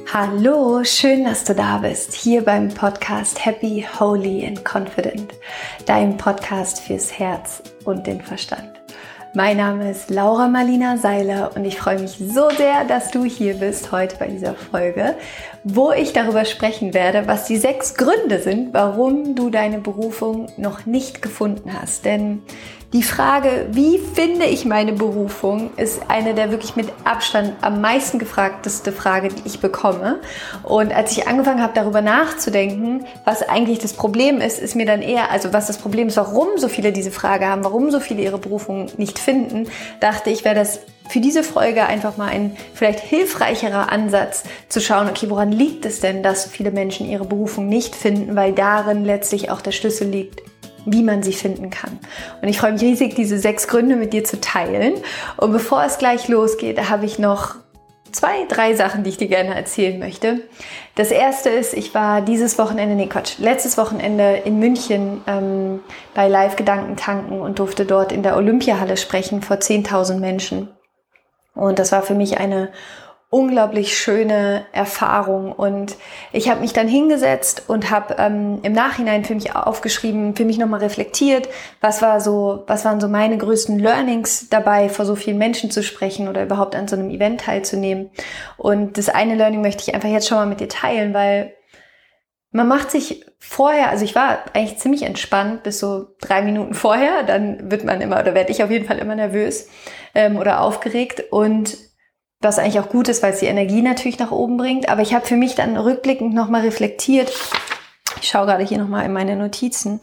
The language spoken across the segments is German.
Hallo, schön, dass du da bist, hier beim Podcast Happy, Holy and Confident, dein Podcast fürs Herz und den Verstand. Mein Name ist Laura Marlina Seiler und ich freue mich so sehr, dass du hier bist heute bei dieser Folge, wo ich darüber sprechen werde, was die 6 Gründe sind, warum du deine Berufung noch nicht gefunden hast. Denn die Frage, wie finde ich meine Berufung, ist eine der wirklich mit Abstand am meisten gefragteste Frage, die ich bekomme. Und als ich angefangen habe, darüber nachzudenken, was eigentlich das Problem ist mir dann eher, also was das Problem ist, warum so viele diese Frage haben, warum so viele ihre Berufung nicht finden, dachte ich, wäre das für diese Folge einfach mal ein vielleicht hilfreicherer Ansatz zu schauen, okay, woran liegt es denn, dass so viele Menschen ihre Berufung nicht finden, weil darin letztlich auch der Schlüssel liegt, wie man sie finden kann. Und ich freue mich riesig, diese 6 Gründe mit dir zu teilen. Und bevor es gleich losgeht, habe ich noch 2, 3 Sachen, die ich dir gerne erzählen möchte. Das erste ist, ich war letztes Wochenende in München bei Live Gedanken tanken und durfte dort in der Olympiahalle sprechen vor 10.000 Menschen. Und das war für mich eine unglaublich schöne Erfahrung und ich habe mich dann hingesetzt und habe im Nachhinein für mich aufgeschrieben, für mich nochmal reflektiert, was waren so meine größten Learnings dabei, vor so vielen Menschen zu sprechen oder überhaupt an so einem Event teilzunehmen. Und das eine Learning möchte ich einfach jetzt schon mal mit dir teilen, weil man macht sich vorher, also ich war eigentlich ziemlich entspannt bis so 3 Minuten vorher, dann werde ich auf jeden Fall immer nervös oder aufgeregt und was eigentlich auch gut ist, weil es die Energie natürlich nach oben bringt. Aber ich habe für mich dann rückblickend nochmal reflektiert, ich schaue gerade hier nochmal in meine Notizen,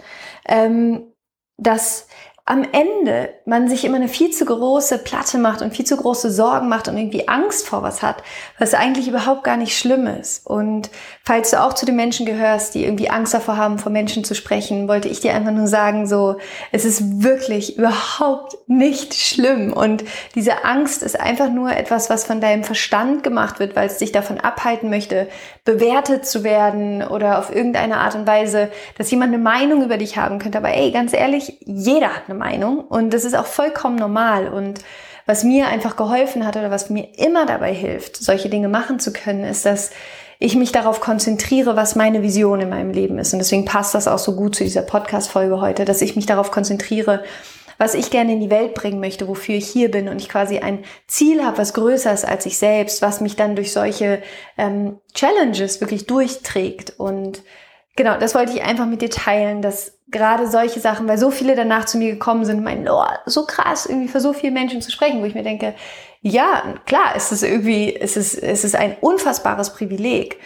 dass am Ende man sich immer eine viel zu große Platte macht und viel zu große Sorgen macht und irgendwie Angst vor was hat, was eigentlich überhaupt gar nicht schlimm ist. Und falls du auch zu den Menschen gehörst, die irgendwie Angst davor haben, vor Menschen zu sprechen, wollte ich dir einfach nur sagen, so, es ist wirklich überhaupt nicht schlimm. Und diese Angst ist einfach nur etwas, was von deinem Verstand gemacht wird, weil es dich davon abhalten möchte, bewertet zu werden oder auf irgendeine Art und Weise, dass jemand eine Meinung über dich haben könnte. Aber ey, ganz ehrlich, jeder hat eine Meinung und das ist auch vollkommen normal. Und was mir einfach geholfen hat oder was mir immer dabei hilft, solche Dinge machen zu können, ist, dass ich mich darauf konzentriere, was meine Vision in meinem Leben ist. Und deswegen passt das auch so gut zu dieser Podcast-Folge heute, dass ich mich darauf konzentriere, was ich gerne in die Welt bringen möchte, wofür ich hier bin und ich quasi ein Ziel habe, was größer ist als ich selbst, was mich dann durch solche Challenges wirklich durchträgt. Und genau, das wollte ich einfach mit dir teilen, dass gerade solche Sachen, weil so viele danach zu mir gekommen sind, meinen, oh, so krass, irgendwie für so viele Menschen zu sprechen, wo ich mir denke, ja, klar, es ist ein unfassbares Privileg.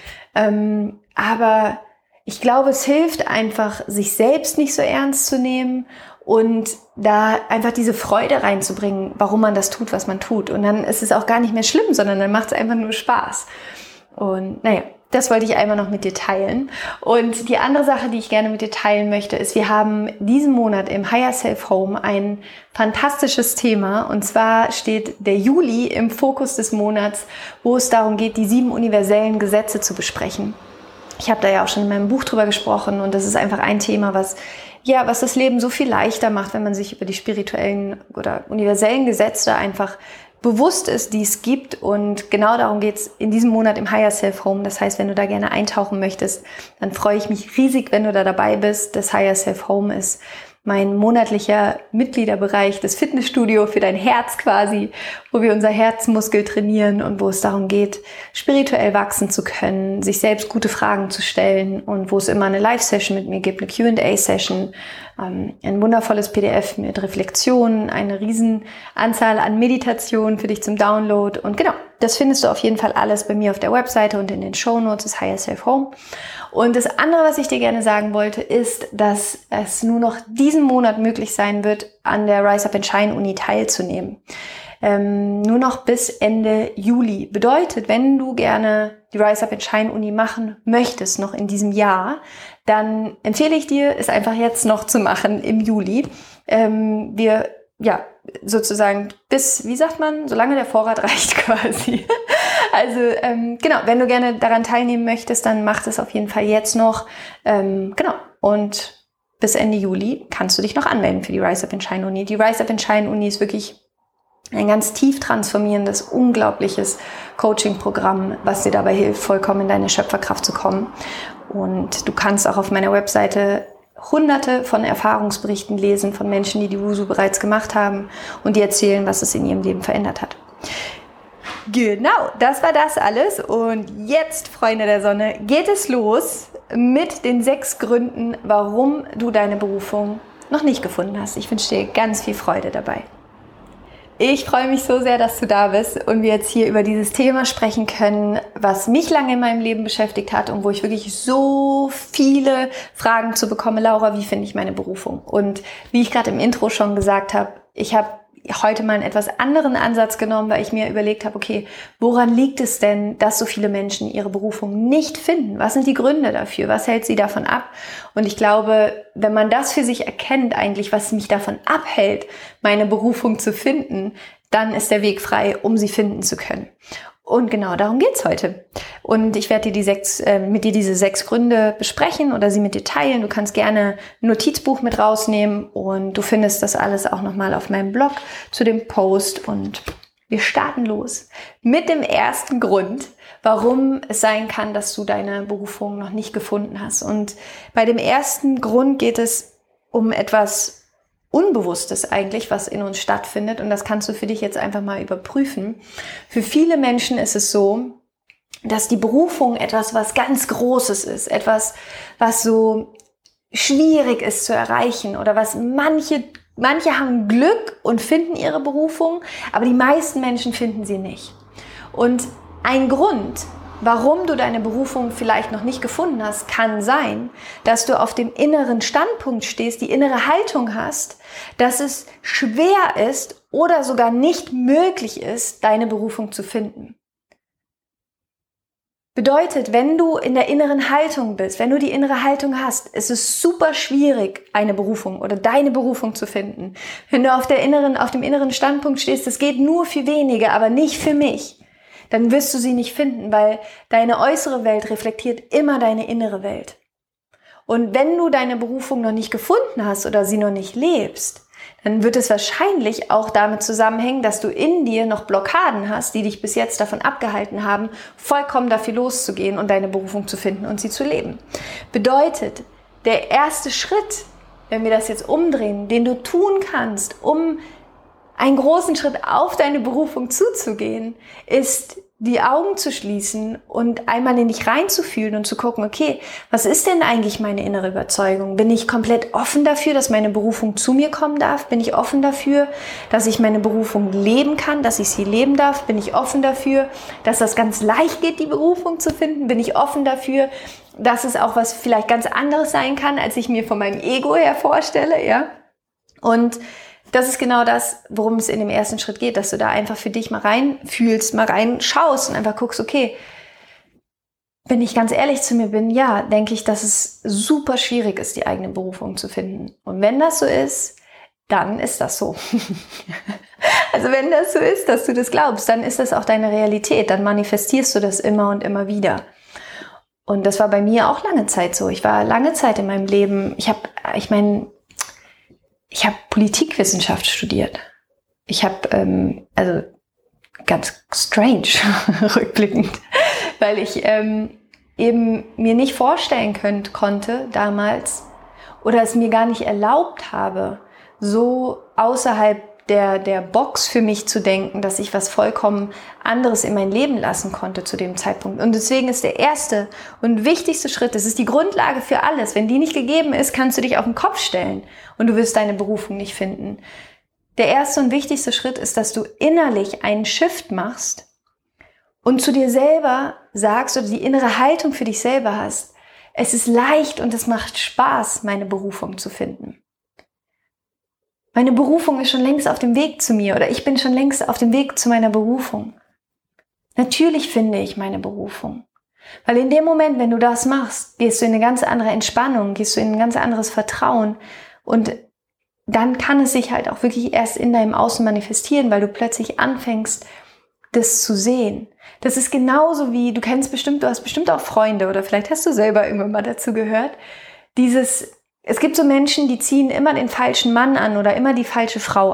Aber ich glaube, es hilft einfach, sich selbst nicht so ernst zu nehmen und da einfach diese Freude reinzubringen, warum man das tut, was man tut. Und dann ist es auch gar nicht mehr schlimm, sondern dann macht es einfach nur Spaß. Und naja, das wollte ich einmal noch mit dir teilen. Und die andere Sache, die ich gerne mit dir teilen möchte, ist, wir haben diesen Monat im Higher Self Home ein fantastisches Thema. Und zwar steht der Juli im Fokus des Monats, wo es darum geht, die 7 universellen Gesetze zu besprechen. Ich habe da ja auch schon in meinem Buch drüber gesprochen und das ist einfach ein Thema, was das Leben so viel leichter macht, wenn man sich über die spirituellen oder universellen Gesetze einfach bewusst ist, die es gibt. Und genau darum geht's in diesem Monat im Higher Self Home. Das heißt, wenn du da gerne eintauchen möchtest, dann freue ich mich riesig, wenn du da dabei bist. Das Higher Self Home ist mein monatlicher Mitgliederbereich, das Fitnessstudio für dein Herz quasi, wo wir unser Herzmuskel trainieren und wo es darum geht, spirituell wachsen zu können, sich selbst gute Fragen zu stellen und wo es immer eine Live-Session mit mir gibt, eine Q&A-Session, ein wundervolles PDF mit Reflexionen, eine riesen Anzahl an Meditationen für dich zum Download und genau, das findest du auf jeden Fall alles bei mir auf der Webseite und in den Shownotes des Higher Self Home. Und das andere, was ich dir gerne sagen wollte, ist, dass es nur noch diesen Monat möglich sein wird, an der Rise Up and Shine Uni teilzunehmen. Nur noch bis Ende Juli. Bedeutet, wenn du gerne die Rise Up and Shine Uni machen möchtest, noch in diesem Jahr, dann empfehle ich dir, es einfach jetzt noch zu machen im Juli. Sozusagen bis, wie sagt man, solange der Vorrat reicht quasi. Also genau, wenn du gerne daran teilnehmen möchtest, dann mach das auf jeden Fall jetzt noch. Genau, und bis Ende Juli kannst du dich noch anmelden für die Rise Up and Shine Uni. Die Rise Up and Shine Uni ist wirklich Ein ganz tief transformierendes, unglaubliches Coaching-Programm, was dir dabei hilft, vollkommen in deine Schöpferkraft zu kommen. Und du kannst auch auf meiner Webseite Hunderte von Erfahrungsberichten lesen von Menschen, die Wusu bereits gemacht haben und die erzählen, was es in ihrem Leben verändert hat. Genau, das war das alles. Und jetzt, Freunde der Sonne, geht es los mit den 6 Gründen, warum du deine Berufung noch nicht gefunden hast. Ich wünsche dir ganz viel Freude dabei. Ich freue mich so sehr, dass du da bist und wir jetzt hier über dieses Thema sprechen können, was mich lange in meinem Leben beschäftigt hat und wo ich wirklich so viele Fragen zu bekomme. Laura, wie finde ich meine Berufung? Und wie ich gerade im Intro schon gesagt habe, ich habe heute mal einen etwas anderen Ansatz genommen, weil ich mir überlegt habe, okay, woran liegt es denn, dass so viele Menschen ihre Berufung nicht finden? Was sind die Gründe dafür? Was hält sie davon ab? Und ich glaube, wenn man das für sich erkennt eigentlich, was mich davon abhält, meine Berufung zu finden, dann ist der Weg frei, um sie finden zu können. Und genau darum geht's heute. Und ich werde dir mit dir diese 6 Gründe besprechen oder sie mit dir teilen. Du kannst gerne ein Notizbuch mit rausnehmen und du findest das alles auch nochmal auf meinem Blog zu dem Post. Und wir starten los mit dem ersten Grund, warum es sein kann, dass du deine Berufung noch nicht gefunden hast. Und bei dem ersten Grund geht es um etwas Unbewusstes eigentlich, was in uns stattfindet. Und das kannst du für dich jetzt einfach mal überprüfen. Für viele Menschen ist es so, dass die Berufung etwas, was ganz Großes ist. Etwas, was so schwierig ist zu erreichen. Oder was manche haben Glück und finden ihre Berufung, aber die meisten Menschen finden sie nicht. Und ein Grund, warum du deine Berufung vielleicht noch nicht gefunden hast, kann sein, dass du auf dem inneren Standpunkt stehst, die innere Haltung hast, dass es schwer ist oder sogar nicht möglich ist, deine Berufung zu finden. Bedeutet, wenn du in der inneren Haltung bist, wenn du die innere Haltung hast, ist es super schwierig, eine Berufung oder deine Berufung zu finden. Wenn du auf dem inneren Standpunkt stehst, das geht nur für wenige, aber nicht für mich, dann wirst du sie nicht finden, weil deine äußere Welt reflektiert immer deine innere Welt. Und wenn du deine Berufung noch nicht gefunden hast oder sie noch nicht lebst, dann wird es wahrscheinlich auch damit zusammenhängen, dass du in dir noch Blockaden hast, die dich bis jetzt davon abgehalten haben, vollkommen dafür loszugehen und deine Berufung zu finden und sie zu leben. Bedeutet, der erste Schritt, wenn wir das jetzt umdrehen, den du tun kannst, um einen großen Schritt auf deine Berufung zuzugehen, ist, die Augen zu schließen und einmal in dich reinzufühlen und zu gucken, okay, was ist denn eigentlich meine innere Überzeugung? Bin ich komplett offen dafür, dass meine Berufung zu mir kommen darf? Bin ich offen dafür, dass ich meine Berufung leben kann, dass ich sie leben darf? Bin ich offen dafür, dass das ganz leicht geht, die Berufung zu finden? Bin ich offen dafür, dass es auch was vielleicht ganz anderes sein kann, als ich mir von meinem Ego her vorstelle, ja? Und das ist genau das, worum es in dem ersten Schritt geht, dass du da einfach für dich mal reinfühlst, mal reinschaust und einfach guckst, okay, wenn ich ganz ehrlich zu mir bin, ja, denke ich, dass es super schwierig ist, die eigene Berufung zu finden. Und wenn das so ist, dann ist das so. Also wenn das so ist, dass du das glaubst, dann ist das auch deine Realität. Dann manifestierst du das immer und immer wieder. Und das war bei mir auch lange Zeit so. Ich war lange Zeit in meinem Leben, ich habe Politikwissenschaft studiert. Ich habe, also ganz strange rückblickend, weil ich eben mir nicht vorstellen konnte damals oder es mir gar nicht erlaubt habe, so außerhalb der Box für mich zu denken, dass ich was vollkommen anderes in mein Leben lassen konnte zu dem Zeitpunkt. Und deswegen ist der erste und wichtigste Schritt, das ist die Grundlage für alles. Wenn die nicht gegeben ist, kannst du dich auf den Kopf stellen und du wirst deine Berufung nicht finden. Der erste und wichtigste Schritt ist, dass du innerlich einen Shift machst und zu dir selber sagst oder die innere Haltung für dich selber hast. Es ist leicht und es macht Spaß, meine Berufung zu finden. Meine Berufung ist schon längst auf dem Weg zu mir oder ich bin schon längst auf dem Weg zu meiner Berufung. Natürlich finde ich meine Berufung. Weil in dem Moment, wenn du das machst, gehst du in eine ganz andere Entspannung, gehst du in ein ganz anderes Vertrauen und dann kann es sich halt auch wirklich erst in deinem Außen manifestieren, weil du plötzlich anfängst, das zu sehen. Das ist genauso wie, du hast bestimmt auch Freunde oder vielleicht hast du selber irgendwann mal dazu gehört, es gibt so Menschen, die ziehen immer den falschen Mann an oder immer die falsche Frau an.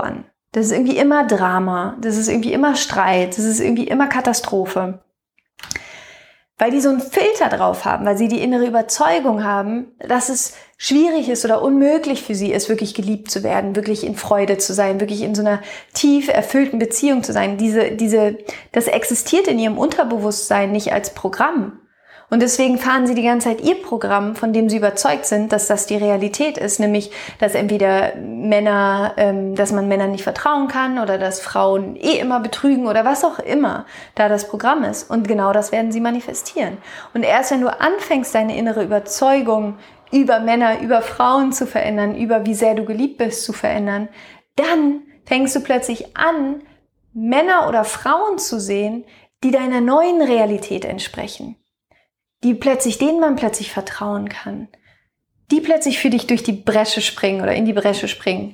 Das ist irgendwie immer Drama, das ist irgendwie immer Streit, das ist irgendwie immer Katastrophe. Weil die so einen Filter drauf haben, weil sie die innere Überzeugung haben, dass es schwierig ist oder unmöglich für sie ist, wirklich geliebt zu werden, wirklich in Freude zu sein, wirklich in so einer tief erfüllten Beziehung zu sein. Das existiert in ihrem Unterbewusstsein nicht als Programm. Und deswegen fahren sie die ganze Zeit ihr Programm, von dem sie überzeugt sind, dass das die Realität ist, nämlich, dass entweder dass man Männern nicht vertrauen kann oder dass Frauen immer betrügen oder was auch immer da das Programm ist. Und genau das werden sie manifestieren. Und erst wenn du anfängst, deine innere Überzeugung über Männer, über Frauen zu verändern, über wie sehr du geliebt bist zu verändern, dann fängst du plötzlich an, Männer oder Frauen zu sehen, die deiner neuen Realität entsprechen. Denen man plötzlich vertrauen kann. Die plötzlich für dich durch die Bresche springen oder in die Bresche springen.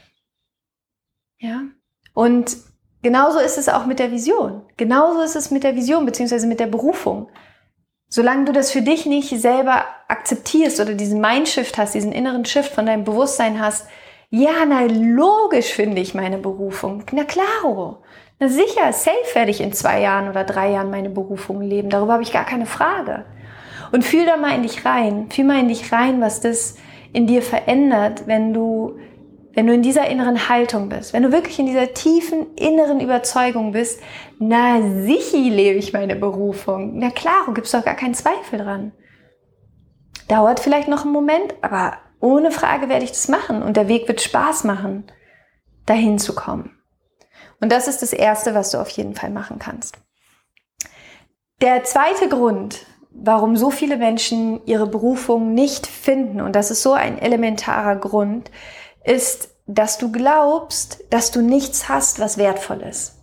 Ja? Und genauso ist es auch mit der Vision. Genauso ist es mit der Vision bzw. mit der Berufung. Solange du das für dich nicht selber akzeptierst oder diesen Mindshift hast, diesen inneren Shift von deinem Bewusstsein hast, ja, na logisch finde ich meine Berufung. Na klaro. Na sicher, safe werde ich in 2 Jahren oder 3 Jahren meine Berufung leben. Darüber habe ich gar keine Frage. Und fühl da mal in dich rein. Fühl mal in dich rein, was das in dir verändert, wenn du in dieser inneren Haltung bist. Wenn du wirklich in dieser tiefen inneren Überzeugung bist, na sicher lebe ich meine Berufung. Na klaro, gibt's doch gar keinen Zweifel dran. Dauert vielleicht noch einen Moment, aber ohne Frage werde ich das machen. Und der Weg wird Spaß machen, dahin zu kommen. Und das ist das Erste, was du auf jeden Fall machen kannst. Der zweite Grund, warum so viele Menschen ihre Berufung nicht finden, und das ist so ein elementarer Grund, ist, dass du glaubst, dass du nichts hast, was wertvoll ist.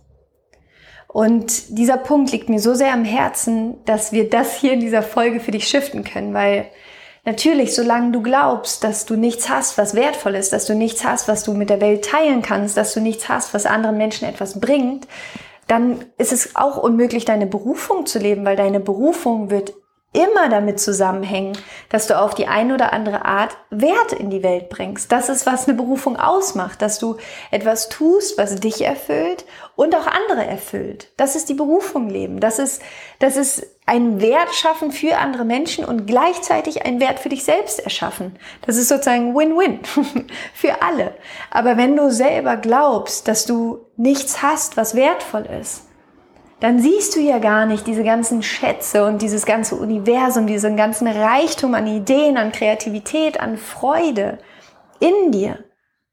Und dieser Punkt liegt mir so sehr am Herzen, dass wir das hier in dieser Folge für dich shiften können, weil natürlich, solange du glaubst, dass du nichts hast, was wertvoll ist, dass du nichts hast, was du mit der Welt teilen kannst, dass du nichts hast, was anderen Menschen etwas bringt, dann ist es auch unmöglich, deine Berufung zu leben, weil deine Berufung wird immer damit zusammenhängen, dass du auf die eine oder andere Art Wert in die Welt bringst. Das ist, was eine Berufung ausmacht, dass du etwas tust, was dich erfüllt und auch andere erfüllt. Das ist die Berufung leben. Das ist ein Wert schaffen für andere Menschen und gleichzeitig einen Wert für dich selbst erschaffen. Das ist sozusagen Win-Win für alle. Aber wenn du selber glaubst, dass du nichts hast, was wertvoll ist, dann siehst du ja gar nicht diese ganzen Schätze und dieses ganze Universum, diesen ganzen Reichtum an Ideen, an Kreativität, an Freude in dir.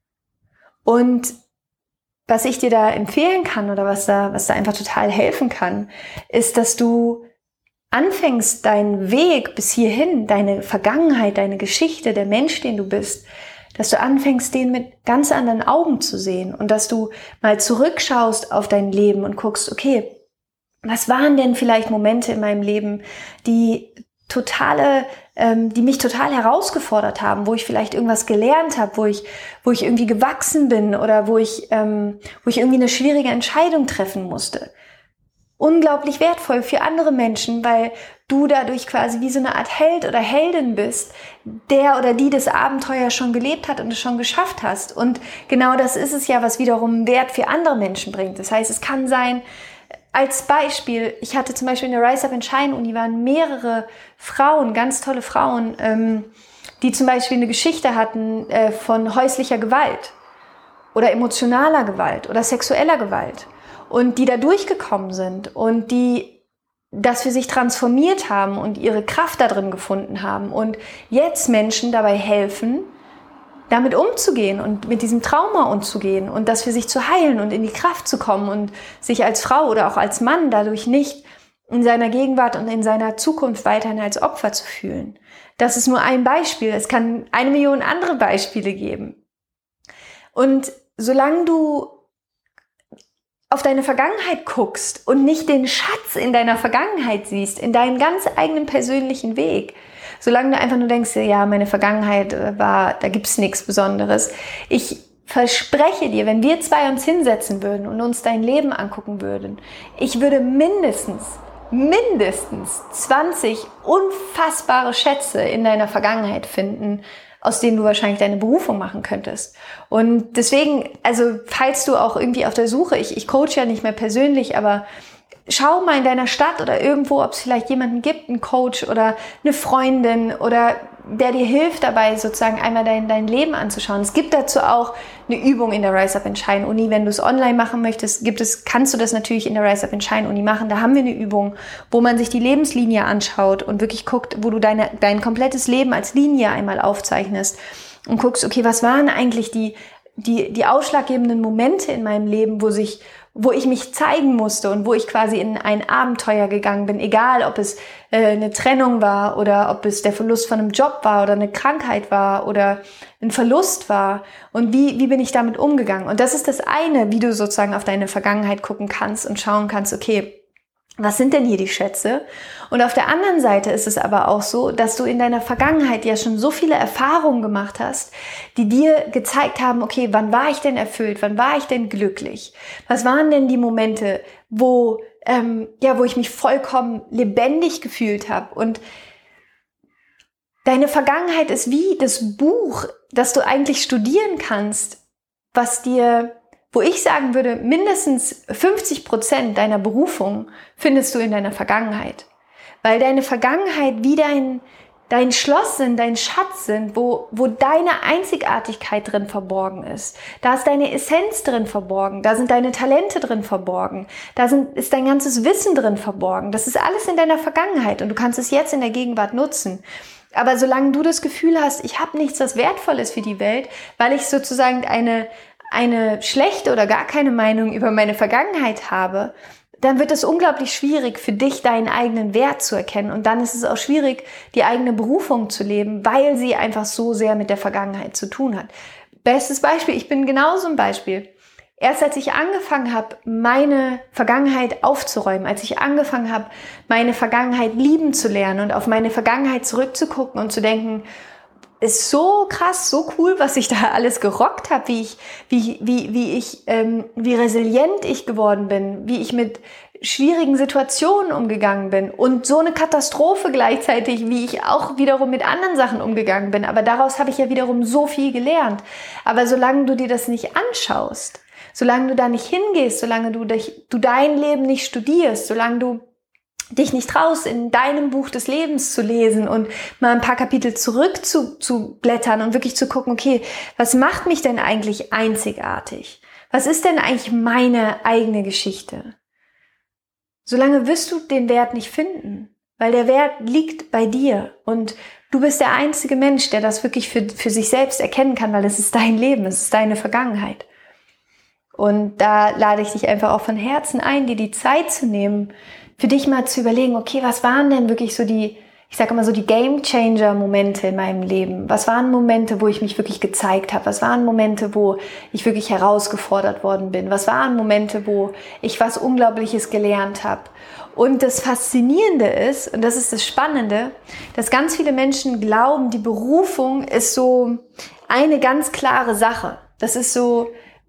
Und was ich dir da empfehlen kann oder was da einfach total helfen kann, ist, dass du anfängst, deinen Weg bis hierhin, deine Vergangenheit, deine Geschichte, der Mensch, den du bist, dass du anfängst, den mit ganz anderen Augen zu sehen und dass du mal zurückschaust auf dein Leben und guckst, okay, was waren denn vielleicht Momente in meinem Leben, die mich total herausgefordert haben, wo ich vielleicht irgendwas gelernt habe, wo ich irgendwie gewachsen bin oder wo ich irgendwie eine schwierige Entscheidung treffen musste. Unglaublich wertvoll für andere Menschen, weil du dadurch quasi wie so eine Art Held oder Heldin bist, der oder die das Abenteuer schon gelebt hat und es schon geschafft hast. Und genau das ist es ja, was wiederum Wert für andere Menschen bringt. Das heißt, es kann sein, als Beispiel, ich hatte zum Beispiel in der Rise Up and Shine Uni waren mehrere Frauen, ganz tolle Frauen, die zum Beispiel eine Geschichte hatten von häuslicher Gewalt oder emotionaler Gewalt oder sexueller Gewalt und die da durchgekommen sind und die das für sich transformiert haben und ihre Kraft da drin gefunden haben und jetzt Menschen dabei helfen, damit umzugehen und mit diesem Trauma umzugehen und das für sich zu heilen und in die Kraft zu kommen und sich als Frau oder auch als Mann dadurch nicht in seiner Gegenwart und in seiner Zukunft weiterhin als Opfer zu fühlen. Das ist nur ein Beispiel. Es kann 1 Million andere Beispiele geben. Und solange du auf deine Vergangenheit guckst und nicht den Schatz in deiner Vergangenheit siehst, in deinen ganz eigenen persönlichen Weg, solange du einfach nur denkst, ja, meine Vergangenheit da gibt's nichts Besonderes. Ich verspreche dir, wenn wir zwei uns hinsetzen würden und uns dein Leben angucken würden, ich würde mindestens 20 unfassbare Schätze in deiner Vergangenheit finden, aus denen du wahrscheinlich deine Berufung machen könntest. Und deswegen, also falls du auch irgendwie auf der Suche, ich coache ja nicht mehr persönlich, aber schau mal in deiner Stadt oder irgendwo, ob es vielleicht jemanden gibt, einen Coach oder eine Freundin oder der dir hilft dabei, sozusagen einmal dein Leben anzuschauen. Es gibt dazu auch eine Übung in der Rise Up and Shine Uni. Wenn du es online machen möchtest, kannst du das natürlich in der Rise Up and Shine Uni machen. Da haben wir eine Übung, wo man sich die Lebenslinie anschaut und wirklich guckt, wo du dein komplettes Leben als Linie einmal aufzeichnest und guckst, okay, was waren eigentlich die ausschlaggebenden Momente in meinem Leben, wo ich mich zeigen musste und wo ich quasi in ein Abenteuer gegangen bin, egal ob es eine Trennung war oder ob es der Verlust von einem Job war oder eine Krankheit war oder ein Verlust war und wie bin ich damit umgegangen. Und das ist das eine, wie du sozusagen auf deine Vergangenheit gucken kannst und schauen kannst, okay, was sind denn hier die Schätze? Und auf der anderen Seite ist es aber auch so, dass du in deiner Vergangenheit ja schon so viele Erfahrungen gemacht hast, die dir gezeigt haben, okay, wann war ich denn erfüllt? Wann war ich denn glücklich? Was waren denn die Momente, wo ich mich vollkommen lebendig gefühlt habe? Und deine Vergangenheit ist wie das Buch, das du eigentlich studieren kannst, wo ich sagen würde, mindestens 50% deiner Berufung findest du in deiner Vergangenheit. Weil deine Vergangenheit wie dein Schloss sind, dein Schatz sind, wo deine Einzigartigkeit drin verborgen ist. Da ist deine Essenz drin verborgen, da sind deine Talente drin verborgen, ist dein ganzes Wissen drin verborgen. Das ist alles in deiner Vergangenheit und du kannst es jetzt in der Gegenwart nutzen. Aber solange du das Gefühl hast, ich habe nichts, was wertvoll ist für die Welt, weil ich sozusagen eine schlechte oder gar keine Meinung über meine Vergangenheit habe, dann wird es unglaublich schwierig für dich, deinen eigenen Wert zu erkennen. Und dann ist es auch schwierig, die eigene Berufung zu leben, weil sie einfach so sehr mit der Vergangenheit zu tun hat. Bestes Beispiel, ich bin genauso ein Beispiel. Erst als ich angefangen habe, meine Vergangenheit aufzuräumen, als ich angefangen habe, meine Vergangenheit lieben zu lernen und auf meine Vergangenheit zurückzugucken und zu denken, ist so krass, so cool, was ich da alles gerockt habe, wie resilient ich geworden bin, wie ich mit schwierigen Situationen umgegangen bin und so eine Katastrophe gleichzeitig, wie ich auch wiederum mit anderen Sachen umgegangen bin. Aber daraus habe ich ja wiederum so viel gelernt. Aber solange du dir das nicht anschaust, solange du da nicht hingehst, solange du dein Leben nicht studierst, solange du dich nicht traust, in deinem Buch des Lebens zu lesen und mal ein paar Kapitel zurück zu blättern und wirklich zu gucken, okay, was macht mich denn eigentlich einzigartig? Was ist denn eigentlich meine eigene Geschichte? Solange wirst du den Wert nicht finden, weil der Wert liegt bei dir und du bist der einzige Mensch, der das wirklich für sich selbst erkennen kann, weil es ist dein Leben, es ist deine Vergangenheit. Und da lade ich dich einfach auch von Herzen ein, dir die Zeit zu nehmen, für dich mal zu überlegen, okay, was waren denn wirklich so die Game-Changer-Momente in meinem Leben? Was waren Momente, wo ich mich wirklich gezeigt habe? Was waren Momente, wo ich wirklich herausgefordert worden bin? Was waren Momente, wo ich was Unglaubliches gelernt habe? Und das Faszinierende ist, und das ist das Spannende, dass ganz viele Menschen glauben, die Berufung ist so eine ganz klare Sache. Das ist so,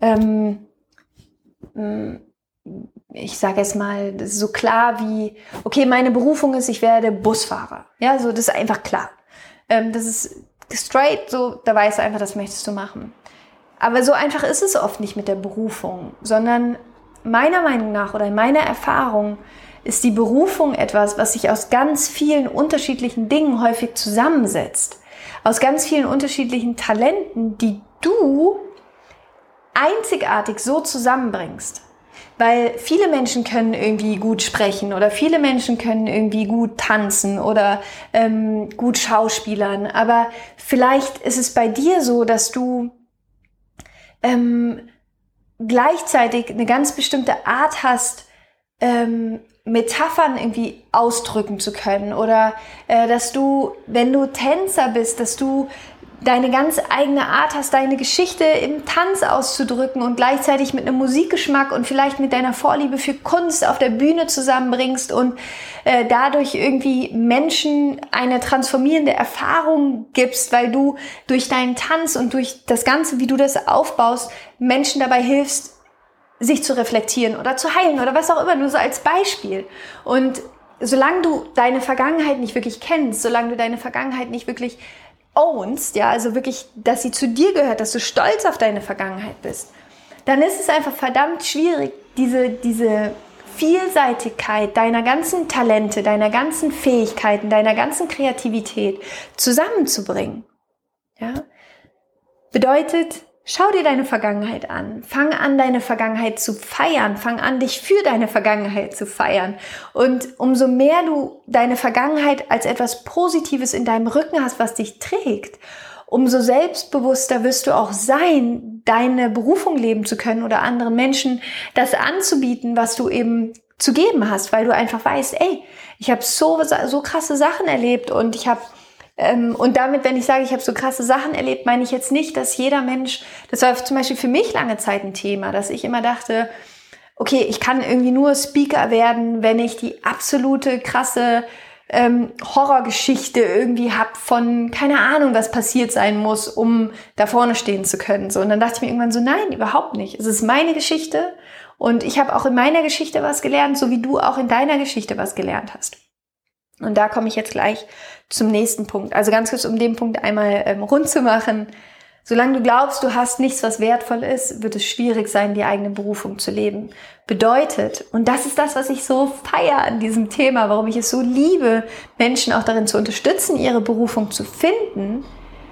ich sage jetzt mal, das ist so klar wie, okay, meine Berufung ist, ich werde Busfahrer. Ja, so, das ist einfach klar. Das ist straight, so, da weißt du einfach, das möchtest du machen. Aber so einfach ist es oft nicht mit der Berufung, sondern meiner Meinung nach oder in meiner Erfahrung ist die Berufung etwas, was sich aus ganz vielen unterschiedlichen Dingen häufig zusammensetzt. Aus ganz vielen unterschiedlichen Talenten, die du einzigartig so zusammenbringst. Weil viele Menschen können irgendwie gut sprechen oder viele Menschen können irgendwie gut tanzen oder gut schauspielern. Aber vielleicht ist es bei dir so, dass du gleichzeitig eine ganz bestimmte Art hast, Metaphern irgendwie ausdrücken zu können. Oder dass du, wenn du Tänzer bist, dass du deine ganz eigene Art hast, deine Geschichte im Tanz auszudrücken und gleichzeitig mit einem Musikgeschmack und vielleicht mit deiner Vorliebe für Kunst auf der Bühne zusammenbringst und dadurch irgendwie Menschen eine transformierende Erfahrung gibst, weil du durch deinen Tanz und durch das Ganze, wie du das aufbaust, Menschen dabei hilfst, sich zu reflektieren oder zu heilen oder was auch immer, nur so als Beispiel. Und solange du deine Vergangenheit nicht wirklich kennst, solange du deine Vergangenheit nicht wirklich ownst, ja, also wirklich, dass sie zu dir gehört, dass du stolz auf deine Vergangenheit bist, dann ist es einfach verdammt schwierig, diese Vielseitigkeit deiner ganzen Talente, deiner ganzen Fähigkeiten, deiner ganzen Kreativität zusammenzubringen. Ja? Bedeutet, schau dir deine Vergangenheit an. Fang an, deine Vergangenheit zu feiern. Fang an, dich für deine Vergangenheit zu feiern. Und umso mehr du deine Vergangenheit als etwas Positives in deinem Rücken hast, was dich trägt, umso selbstbewusster wirst du auch sein, deine Berufung leben zu können oder anderen Menschen das anzubieten, was du eben zu geben hast, weil du einfach weißt, ey, ich habe so krasse Sachen erlebt und ich habe und damit, wenn ich sage, ich habe so krasse Sachen erlebt, meine ich jetzt nicht, dass jeder Mensch, das war zum Beispiel für mich lange Zeit ein Thema, dass ich immer dachte, okay, ich kann irgendwie nur Speaker werden, wenn ich die absolute krasse Horrorgeschichte irgendwie hab von, keine Ahnung, was passiert sein muss, um da vorne stehen zu können. So, und dann dachte ich mir irgendwann so, nein, überhaupt nicht. Es ist meine Geschichte und ich habe auch in meiner Geschichte was gelernt, so wie du auch in deiner Geschichte was gelernt hast. Und da komme ich jetzt gleich zum nächsten Punkt. Also ganz kurz, um den Punkt einmal rund zu machen. Solange du glaubst, du hast nichts, was wertvoll ist, wird es schwierig sein, die eigene Berufung zu leben. Bedeutet, und das ist das, was ich so feiere an diesem Thema, warum ich es so liebe, Menschen auch darin zu unterstützen, ihre Berufung zu finden,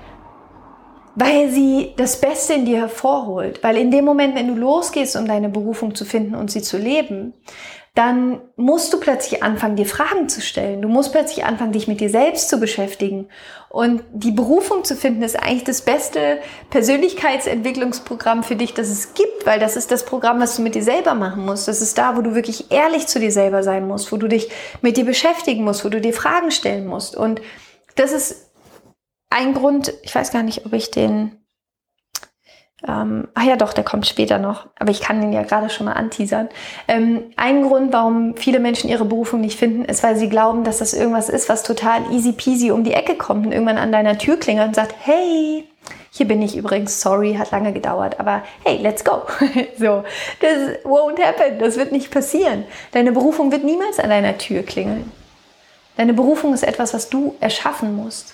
weil sie das Beste in dir hervorholt. Weil in dem Moment, wenn du losgehst, um deine Berufung zu finden und sie zu leben, dann musst du plötzlich anfangen, dir Fragen zu stellen. Du musst plötzlich anfangen, dich mit dir selbst zu beschäftigen. Und die Berufung zu finden, ist eigentlich das beste Persönlichkeitsentwicklungsprogramm für dich, das es gibt, weil das ist das Programm, was du mit dir selber machen musst. Das ist da, wo du wirklich ehrlich zu dir selber sein musst, wo du dich mit dir beschäftigen musst, wo du dir Fragen stellen musst. Und das ist ein Grund, ich weiß gar nicht, ob ich den... ja doch, der kommt später noch, aber ich kann den ja gerade schon mal anteasern. Ein Grund, warum viele Menschen ihre Berufung nicht finden, ist, weil sie glauben, dass das irgendwas ist, was total easy peasy um die Ecke kommt und irgendwann an deiner Tür klingelt und sagt, hey, hier bin ich übrigens, sorry, hat lange gedauert, aber hey, let's go. So, das won't happen, das wird nicht passieren. Deine Berufung wird niemals an deiner Tür klingeln. Deine Berufung ist etwas, was du erschaffen musst.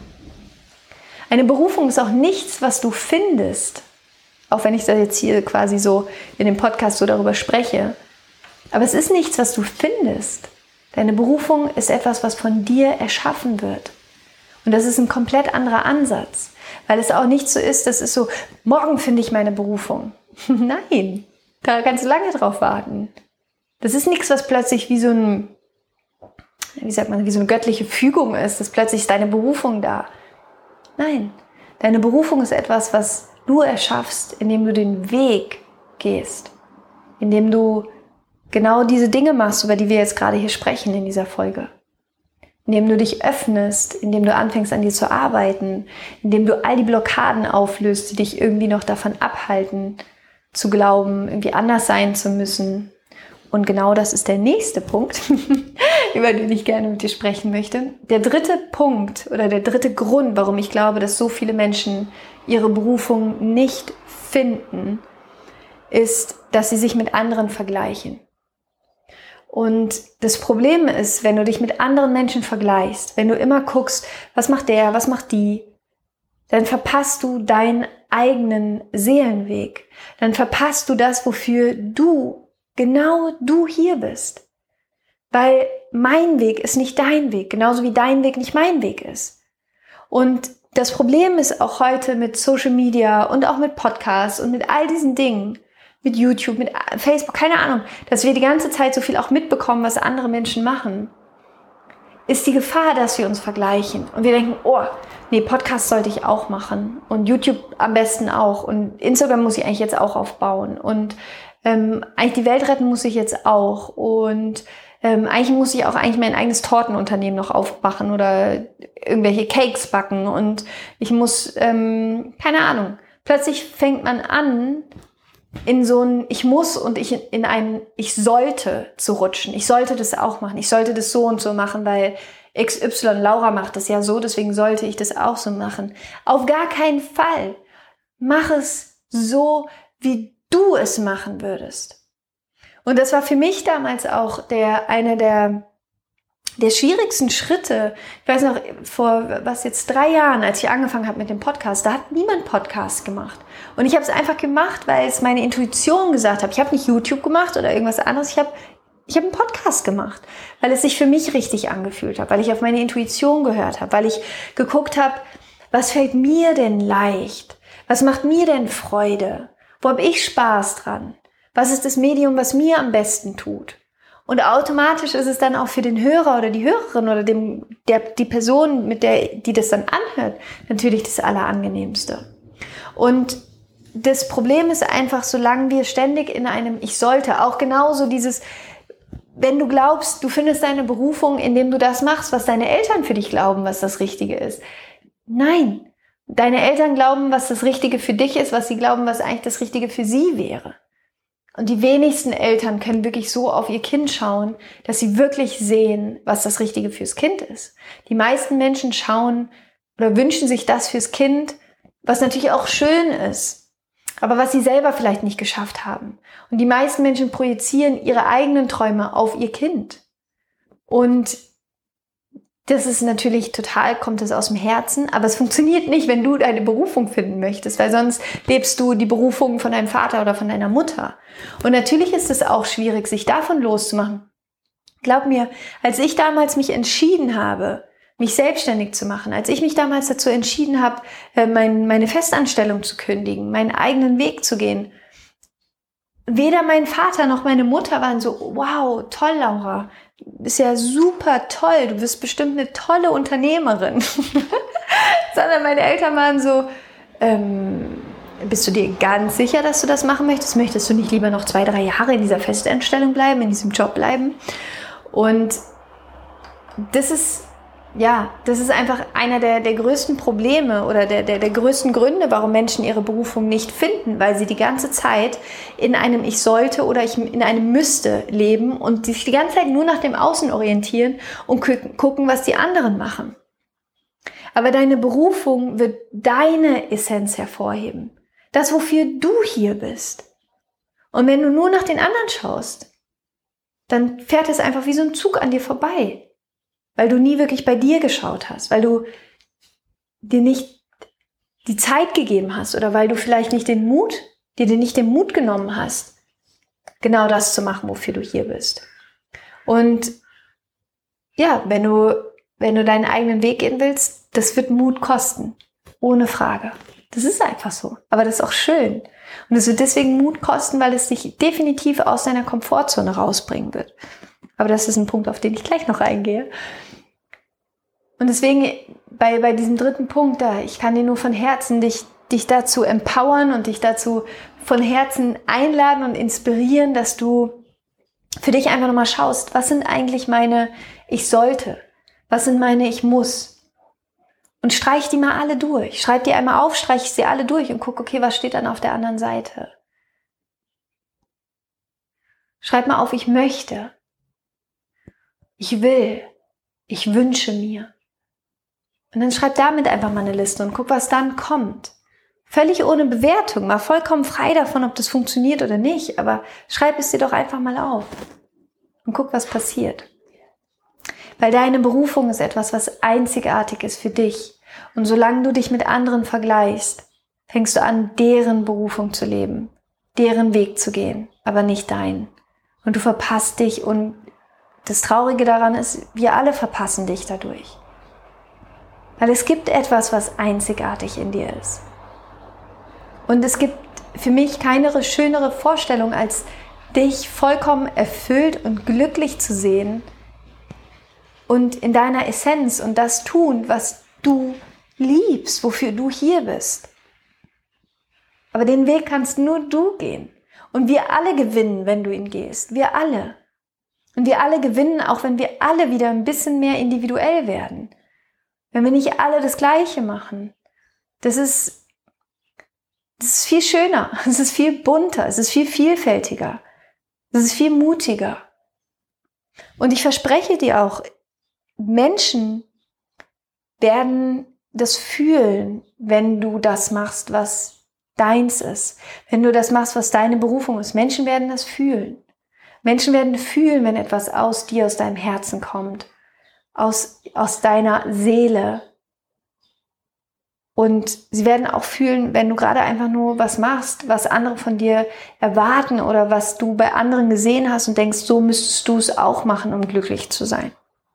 Eine Berufung ist auch nichts, was du findest. Auch wenn ich da jetzt hier quasi so in dem Podcast so darüber spreche. Aber es ist nichts, was du findest. Deine Berufung ist etwas, was von dir erschaffen wird. Und das ist ein komplett anderer Ansatz. Weil es auch nicht so ist, das ist so, morgen finde ich meine Berufung. Nein, da kannst du lange drauf warten. Das ist nichts, was plötzlich wie so ein, wie sagt man, wie so eine göttliche Fügung ist. Dass plötzlich ist deine Berufung da. Nein, deine Berufung ist etwas, was du erschaffst, indem du den Weg gehst, indem du genau diese Dinge machst, über die wir jetzt gerade hier sprechen in dieser Folge, indem du dich öffnest, indem du anfängst an dir zu arbeiten, indem du all die Blockaden auflöst, die dich irgendwie noch davon abhalten, zu glauben, irgendwie anders sein zu müssen. Und genau das ist der nächste Punkt, über den ich gerne mit dir sprechen möchte. Der dritte Punkt oder der dritte Grund, warum ich glaube, dass so viele Menschen ihre Berufung nicht finden, ist, dass sie sich mit anderen vergleichen. Und das Problem ist, wenn du dich mit anderen Menschen vergleichst, wenn du immer guckst, was macht der, was macht die, dann verpasst du deinen eigenen Seelenweg. Dann verpasst du das, wofür genau du hier bist. Weil mein Weg ist nicht dein Weg, genauso wie dein Weg nicht mein Weg ist. Und das Problem ist auch heute mit Social Media und auch mit Podcasts und mit all diesen Dingen, mit YouTube, mit Facebook, keine Ahnung, dass wir die ganze Zeit so viel auch mitbekommen, was andere Menschen machen, ist die Gefahr, dass wir uns vergleichen. Und wir denken, oh, nee, Podcast sollte ich auch machen und YouTube am besten auch und Instagram muss ich eigentlich jetzt auch aufbauen und eigentlich die Welt retten muss ich jetzt auch und eigentlich muss ich auch mein eigenes Tortenunternehmen noch aufmachen oder irgendwelche Cakes backen und ich muss, keine Ahnung, plötzlich fängt man an, in so ein Ich muss und in ein Ich sollte zu rutschen. Ich sollte das auch machen. Ich sollte das so und so machen, weil XY Laura macht das ja so, deswegen sollte ich das auch so machen. Auf gar keinen Fall. Mach es so, wie du es machen würdest. Und das war für mich damals auch einer der der schwierigsten Schritte, ich weiß noch, vor 3 Jahren, als ich angefangen habe mit dem Podcast, da hat niemand Podcast gemacht. Und ich habe es einfach gemacht, weil es meine Intuition gesagt hat. Ich habe nicht YouTube gemacht oder irgendwas anderes, ich habe einen Podcast gemacht, weil es sich für mich richtig angefühlt hat, weil ich auf meine Intuition gehört habe, weil ich geguckt habe, was fällt mir denn leicht? Was macht mir denn Freude? Wo habe ich Spaß dran? Was ist das Medium, was mir am besten tut? Und automatisch ist es dann auch für den Hörer oder die Hörerin oder die Person, die das dann anhört, natürlich das Allerangenehmste. Und das Problem ist einfach, solange wir ständig in einem Ich sollte, auch genauso dieses, wenn du glaubst, du findest deine Berufung, indem du das machst, was deine Eltern für dich glauben, was das Richtige ist. Nein, deine Eltern glauben, was das Richtige für dich ist, was sie glauben, was eigentlich das Richtige für sie wäre. Und die wenigsten Eltern können wirklich so auf ihr Kind schauen, dass sie wirklich sehen, was das Richtige fürs Kind ist. Die meisten Menschen schauen oder wünschen sich das fürs Kind, was natürlich auch schön ist, aber was sie selber vielleicht nicht geschafft haben. Und die meisten Menschen projizieren ihre eigenen Träume auf ihr Kind. Und das ist natürlich kommt es aus dem Herzen, aber es funktioniert nicht, wenn du deine Berufung finden möchtest, weil sonst lebst du die Berufung von deinem Vater oder von deiner Mutter. Und natürlich ist es auch schwierig, sich davon loszumachen. Glaub mir, als ich damals mich entschieden habe, mich selbstständig zu machen, als ich mich damals dazu entschieden habe, meine Festanstellung zu kündigen, meinen eigenen Weg zu gehen, weder mein Vater noch meine Mutter waren so, wow, toll, Laura, ist ja super toll, du bist bestimmt eine tolle Unternehmerin. Sondern meine Eltern waren so, bist du dir ganz sicher, dass du das machen möchtest? Möchtest du nicht lieber noch 2, 3 Jahre in dieser Festanstellung bleiben, in diesem Job bleiben? Und das ist einfach einer der größten Probleme oder der größten Gründe, warum Menschen ihre Berufung nicht finden, weil sie die ganze Zeit in einem Ich sollte oder in einem Müsste leben und sich die ganze Zeit nur nach dem Außen orientieren und gucken, was die anderen machen. Aber deine Berufung wird deine Essenz hervorheben. Das, wofür du hier bist. Und wenn du nur nach den anderen schaust, dann fährt es einfach wie so ein Zug an dir vorbei. Weil du nie wirklich bei dir geschaut hast, weil du dir nicht die Zeit gegeben hast oder weil du vielleicht nicht dir nicht den Mut genommen hast, genau das zu machen, wofür du hier bist. Und ja, wenn du deinen eigenen Weg gehen willst, das wird Mut kosten, ohne Frage. Das ist einfach so, aber das ist auch schön. Und es wird deswegen Mut kosten, weil es dich definitiv aus deiner Komfortzone rausbringen wird. Aber das ist ein Punkt, auf den ich gleich noch eingehe. Und deswegen bei diesem 3. Punkt da, ich kann dir nur von Herzen dich dazu empowern und dich dazu von Herzen einladen und inspirieren, dass du für dich einfach nochmal schaust, was sind eigentlich meine Ich sollte, was sind meine Ich muss. Und streich die mal alle durch. Schreib die einmal auf, streich sie alle durch und guck, okay, was steht dann auf der anderen Seite. Schreib mal auf, ich möchte. Ich will, ich wünsche mir. Und dann schreib damit einfach mal eine Liste und guck, was dann kommt. Völlig ohne Bewertung, mal vollkommen frei davon, ob das funktioniert oder nicht, aber schreib es dir doch einfach mal auf und guck, was passiert. Weil deine Berufung ist etwas, was einzigartig ist für dich. Und solange du dich mit anderen vergleichst, fängst du an, deren Berufung zu leben, deren Weg zu gehen, aber nicht deinen. Und du verpasst dich und das Traurige daran ist, wir alle verpassen dich dadurch. Weil es gibt etwas, was einzigartig in dir ist. Und es gibt für mich keine schönere Vorstellung, als dich vollkommen erfüllt und glücklich zu sehen und in deiner Essenz und das tun, was du liebst, wofür du hier bist. Aber den Weg kannst nur du gehen. Und wir alle gewinnen, wenn du ihn gehst. Wir alle. Und wir alle gewinnen, auch wenn wir alle wieder ein bisschen mehr individuell werden. Wenn wir nicht alle das Gleiche machen. Das ist viel schöner. Es ist viel bunter. Es ist viel vielfältiger. Es ist viel mutiger. Und ich verspreche dir auch, Menschen werden das fühlen, wenn du das machst, was deins ist. Wenn du das machst, was deine Berufung ist. Menschen werden das fühlen. Menschen werden fühlen, wenn etwas aus dir, aus deinem Herzen kommt. aus deiner Seele. Und sie werden auch fühlen, wenn du gerade einfach nur was machst, was andere von dir erwarten oder was du bei anderen gesehen hast und denkst, so müsstest du es auch machen, um glücklich zu sein.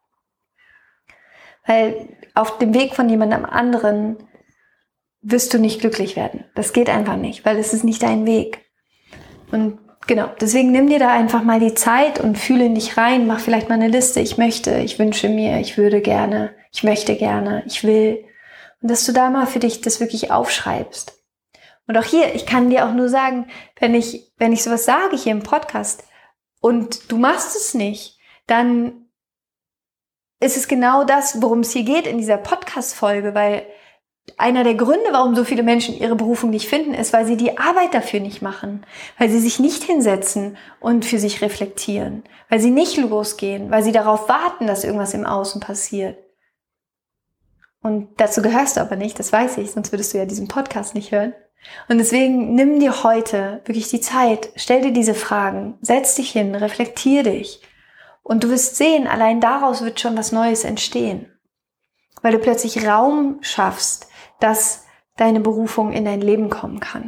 Weil auf dem Weg von jemandem anderen wirst du nicht glücklich werden. Das geht einfach nicht, weil es ist nicht dein Weg. Und genau, deswegen nimm dir da einfach mal die Zeit und fühle in dich rein, mach vielleicht mal eine Liste, ich möchte, ich wünsche mir, ich würde gerne, ich möchte gerne, ich will. Und dass du da mal für dich das wirklich aufschreibst. Und auch hier, ich kann dir auch nur sagen, wenn ich sowas sage hier im Podcast und du machst es nicht, dann ist es genau das, worum es hier geht in dieser Podcast-Folge, weil einer der Gründe, warum so viele Menschen ihre Berufung nicht finden, ist, weil sie die Arbeit dafür nicht machen, weil sie sich nicht hinsetzen und für sich reflektieren, weil sie nicht losgehen, weil sie darauf warten, dass irgendwas im Außen passiert. Und dazu gehörst du aber nicht, das weiß ich, sonst würdest du ja diesen Podcast nicht hören. Und deswegen nimm dir heute wirklich die Zeit, stell dir diese Fragen, setz dich hin, reflektier dich. Und du wirst sehen, allein daraus wird schon was Neues entstehen. Weil du plötzlich Raum schaffst, dass deine Berufung in dein Leben kommen kann.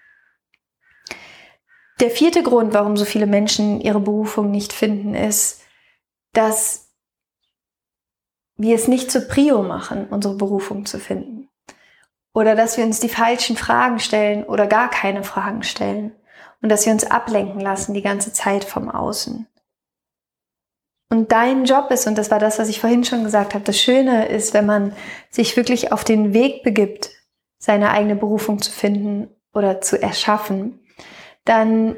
Der 4. Grund, warum so viele Menschen ihre Berufung nicht finden, ist, dass wir es nicht zur Prio machen, unsere Berufung zu finden. Oder dass wir uns die falschen Fragen stellen oder gar keine Fragen stellen. Und dass wir uns ablenken lassen die ganze Zeit vom Außen. Und dein Job ist, und das war das, was ich vorhin schon gesagt habe, das Schöne ist, wenn man sich wirklich auf den Weg begibt, seine eigene Berufung zu finden oder zu erschaffen, dann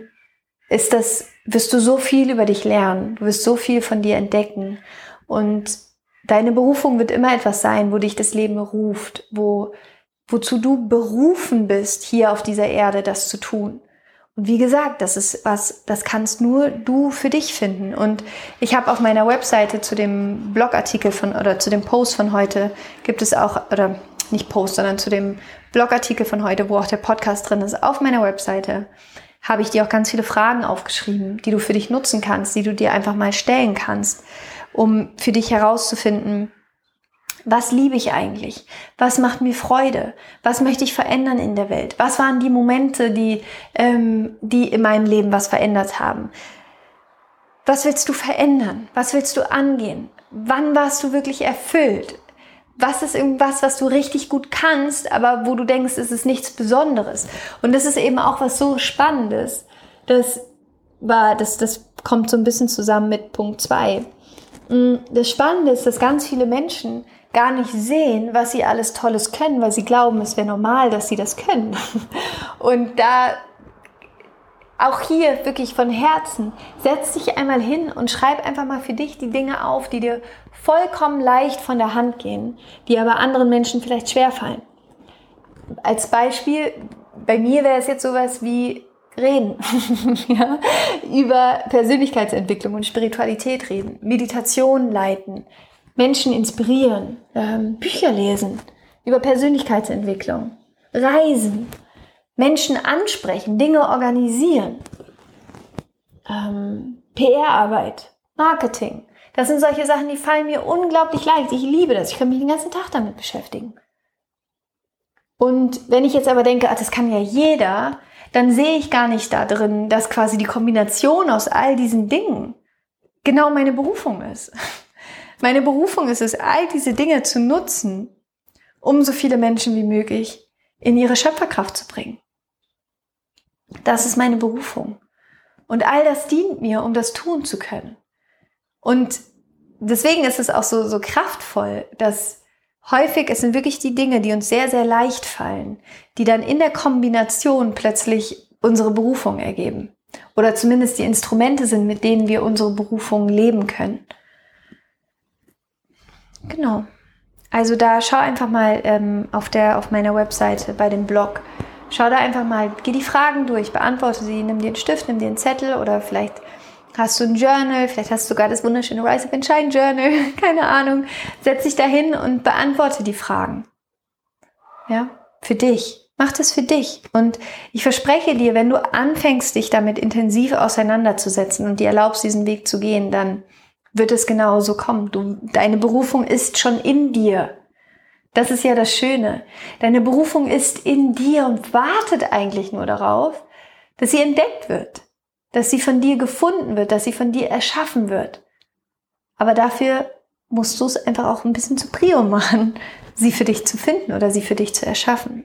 wirst du so viel über dich lernen, du wirst so viel von dir entdecken und deine Berufung wird immer etwas sein, wo dich das Leben ruft, wozu du berufen bist, hier auf dieser Erde das zu tun. Und wie gesagt, das kannst nur du für dich finden. Und ich habe auf meiner Webseite zu dem Blogartikel zu dem Post von heute gibt es auch, oder nicht Post, sondern zu dem Blogartikel von heute, wo auch der Podcast drin ist, auf meiner Webseite habe ich dir auch ganz viele Fragen aufgeschrieben, die du für dich nutzen kannst, die du dir einfach mal stellen kannst, um für dich herauszufinden, was liebe ich eigentlich? Was macht mir Freude? Was möchte ich verändern in der Welt? Was waren die Momente, die in meinem Leben was verändert haben? Was willst du verändern? Was willst du angehen? Wann warst du wirklich erfüllt? Was ist irgendwas, was du richtig gut kannst, aber wo du denkst, es ist nichts Besonderes? Und das ist eben auch was so Spannendes. Das kommt so ein bisschen zusammen mit Punkt 2. Das Spannende ist, dass ganz viele Menschen gar nicht sehen, was sie alles Tolles können, weil sie glauben, es wäre normal, dass sie das können. Und da auch hier wirklich von Herzen, setz dich einmal hin und schreib einfach mal für dich die Dinge auf, die dir vollkommen leicht von der Hand gehen, die aber anderen Menschen vielleicht schwerfallen. Als Beispiel, bei mir wäre es jetzt sowas wie reden, ja? Über Persönlichkeitsentwicklung und Spiritualität reden, Meditation leiten, Menschen inspirieren, Bücher lesen, über Persönlichkeitsentwicklung, reisen, Menschen ansprechen, Dinge organisieren, PR-Arbeit, Marketing. Das sind solche Sachen, die fallen mir unglaublich leicht. Ich liebe das. Ich kann mich den ganzen Tag damit beschäftigen. Und wenn ich jetzt aber denke, das kann ja jeder, dann sehe ich gar nicht da drin, dass quasi die Kombination aus all diesen Dingen genau meine Berufung ist. Meine Berufung ist es, all diese Dinge zu nutzen, um so viele Menschen wie möglich in ihre Schöpferkraft zu bringen. Das ist meine Berufung. Und all das dient mir, um das tun zu können. Und deswegen ist es auch so kraftvoll, dass häufig, es sind wirklich die Dinge, die uns sehr, sehr leicht fallen, die dann in der Kombination plötzlich unsere Berufung ergeben. Oder zumindest die Instrumente sind, mit denen wir unsere Berufung leben können. Genau. Also da schau einfach mal auf meiner Webseite bei dem Blog. Schau da einfach mal, geh die Fragen durch, beantworte sie, nimm dir einen Stift, nimm dir einen Zettel oder vielleicht hast du ein Journal, vielleicht hast du sogar das wunderschöne Rise Up and Shine Journal, keine Ahnung. Setz dich da hin und beantworte die Fragen. Ja, für dich. Mach das für dich. Und ich verspreche dir, wenn du anfängst, dich damit intensiv auseinanderzusetzen und dir erlaubst, diesen Weg zu gehen, dann wird es genauso kommen. Deine Berufung ist schon in dir. Das ist ja das Schöne. Deine Berufung ist in dir und wartet eigentlich nur darauf, dass sie entdeckt wird, dass sie von dir gefunden wird, dass sie von dir erschaffen wird. Aber dafür musst du es einfach auch ein bisschen zu Prio machen, sie für dich zu finden oder sie für dich zu erschaffen.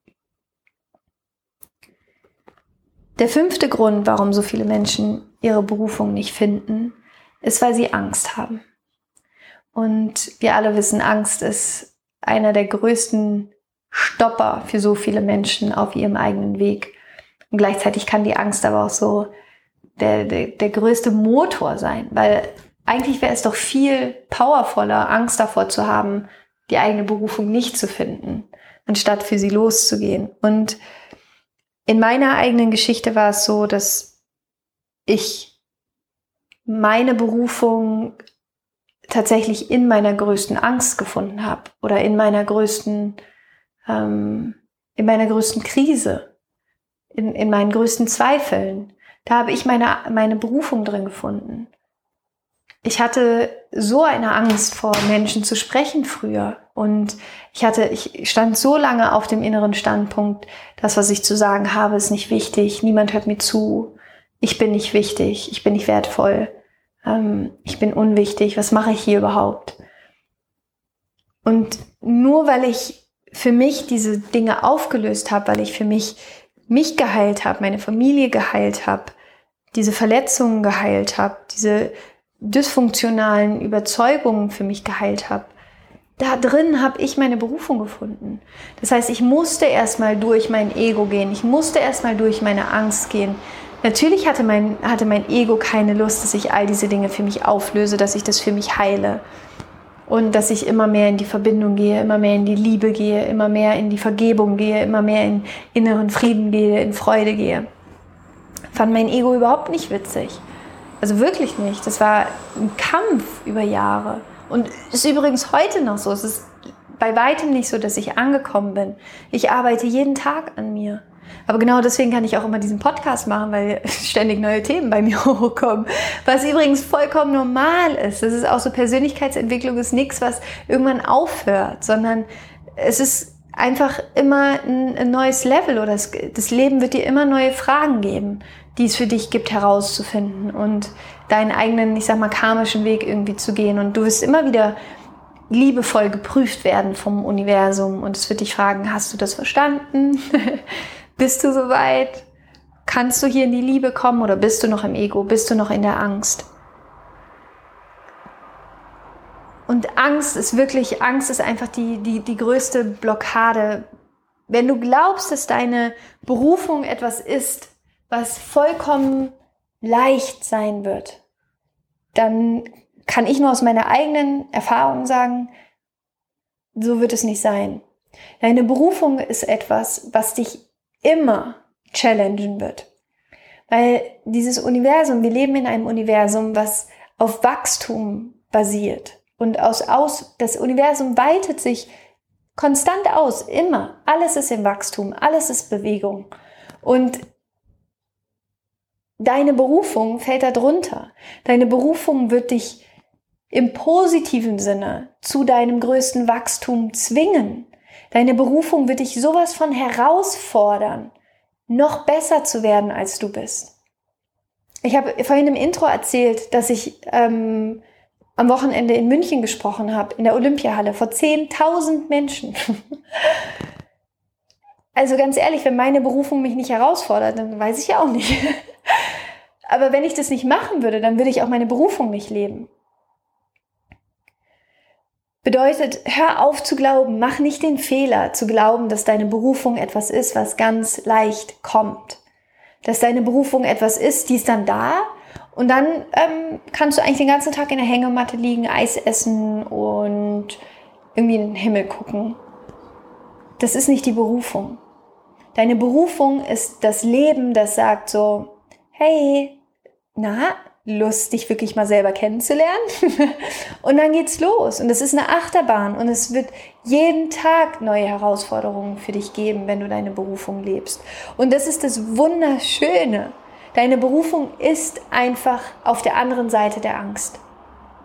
Der 5. Grund, warum so viele Menschen ihre Berufung nicht finden, ist, weil sie Angst haben. Und wir alle wissen, Angst ist einer der größten Stopper für so viele Menschen auf ihrem eigenen Weg. Und gleichzeitig kann die Angst aber auch so der größte Motor sein, weil eigentlich wäre es doch viel powervoller, Angst davor zu haben, die eigene Berufung nicht zu finden, anstatt für sie loszugehen. Und in meiner eigenen Geschichte war es so, dass ich meine Berufung tatsächlich in meiner größten Angst gefunden habe oder in meiner größten Krise, in meinen größten Zweifeln. Da habe ich meine Berufung drin gefunden. Ich hatte so eine Angst vor Menschen zu sprechen früher und ich stand so lange auf dem inneren Standpunkt, das, was ich zu sagen habe, ist nicht wichtig, niemand hört mir zu, ich bin nicht wichtig, ich bin nicht wertvoll, ich bin unwichtig, was mache ich hier überhaupt? Und nur weil ich für mich diese Dinge aufgelöst habe, weil ich für mich geheilt habe, meine Familie geheilt habe, diese Verletzungen geheilt habe, diese dysfunktionalen Überzeugungen für mich geheilt habe, da drin habe ich meine Berufung gefunden. Das heißt, ich musste erstmal durch mein Ego gehen, ich musste erstmal durch meine Angst gehen. Natürlich hatte mein Ego keine Lust, dass ich all diese Dinge für mich auflöse, dass ich das für mich heile und dass ich immer mehr in die Verbindung gehe, immer mehr in die Liebe gehe, immer mehr in die Vergebung gehe, immer mehr in inneren Frieden gehe, in Freude gehe. Fand mein Ego überhaupt nicht witzig. Also wirklich nicht. Das war ein Kampf über Jahre. Und ist übrigens heute noch so. Es ist bei weitem nicht so, dass ich angekommen bin. Ich arbeite jeden Tag an mir. Aber genau deswegen kann ich auch immer diesen Podcast machen, weil ständig neue Themen bei mir hochkommen. Was übrigens vollkommen normal ist. Das ist auch so, Persönlichkeitsentwicklung ist nichts, was irgendwann aufhört, sondern es ist einfach immer ein neues Level oder das Leben wird dir immer neue Fragen geben, die es für dich gibt, herauszufinden und deinen eigenen, ich sag mal, karmischen Weg irgendwie zu gehen. Und du wirst immer wieder liebevoll geprüft werden vom Universum und es wird dich fragen, hast du das verstanden? Bist du soweit? Kannst du hier in die Liebe kommen oder bist du noch im Ego? Bist du noch in der Angst? Und Angst ist einfach die größte Blockade. Wenn du glaubst, dass deine Berufung etwas ist, was vollkommen leicht sein wird, dann kann ich nur aus meiner eigenen Erfahrung sagen, so wird es nicht sein. Deine Berufung ist etwas, was dich immer challengen wird. Weil dieses Universum, wir leben in einem Universum, was auf Wachstum basiert. Und das Universum weitet sich konstant aus, immer. Alles ist im Wachstum, alles ist Bewegung. Und deine Berufung fällt da drunter. Deine Berufung wird dich im positiven Sinne zu deinem größten Wachstum zwingen. Deine Berufung wird dich sowas von herausfordern, noch besser zu werden, als du bist. Ich habe vorhin im Intro erzählt, dass ich am Wochenende in München gesprochen habe, in der Olympiahalle, vor 10.000 Menschen. Also ganz ehrlich, wenn meine Berufung mich nicht herausfordert, dann weiß ich ja auch nicht. Aber wenn ich das nicht machen würde, dann würde ich auch meine Berufung nicht leben. Bedeutet, hör auf zu glauben, mach nicht den Fehler zu glauben, dass deine Berufung etwas ist, was ganz leicht kommt. Dass deine Berufung etwas ist, die ist dann da und dann kannst du eigentlich den ganzen Tag in der Hängematte liegen, Eis essen und irgendwie in den Himmel gucken. Das ist nicht die Berufung. Deine Berufung ist das Leben, das sagt so, hey, Lust, dich wirklich mal selber kennenzulernen? Und dann geht's los. Und es ist eine Achterbahn und es wird jeden Tag neue Herausforderungen für dich geben, wenn du deine Berufung lebst. Und das ist das Wunderschöne. Deine Berufung ist einfach auf der anderen Seite der Angst.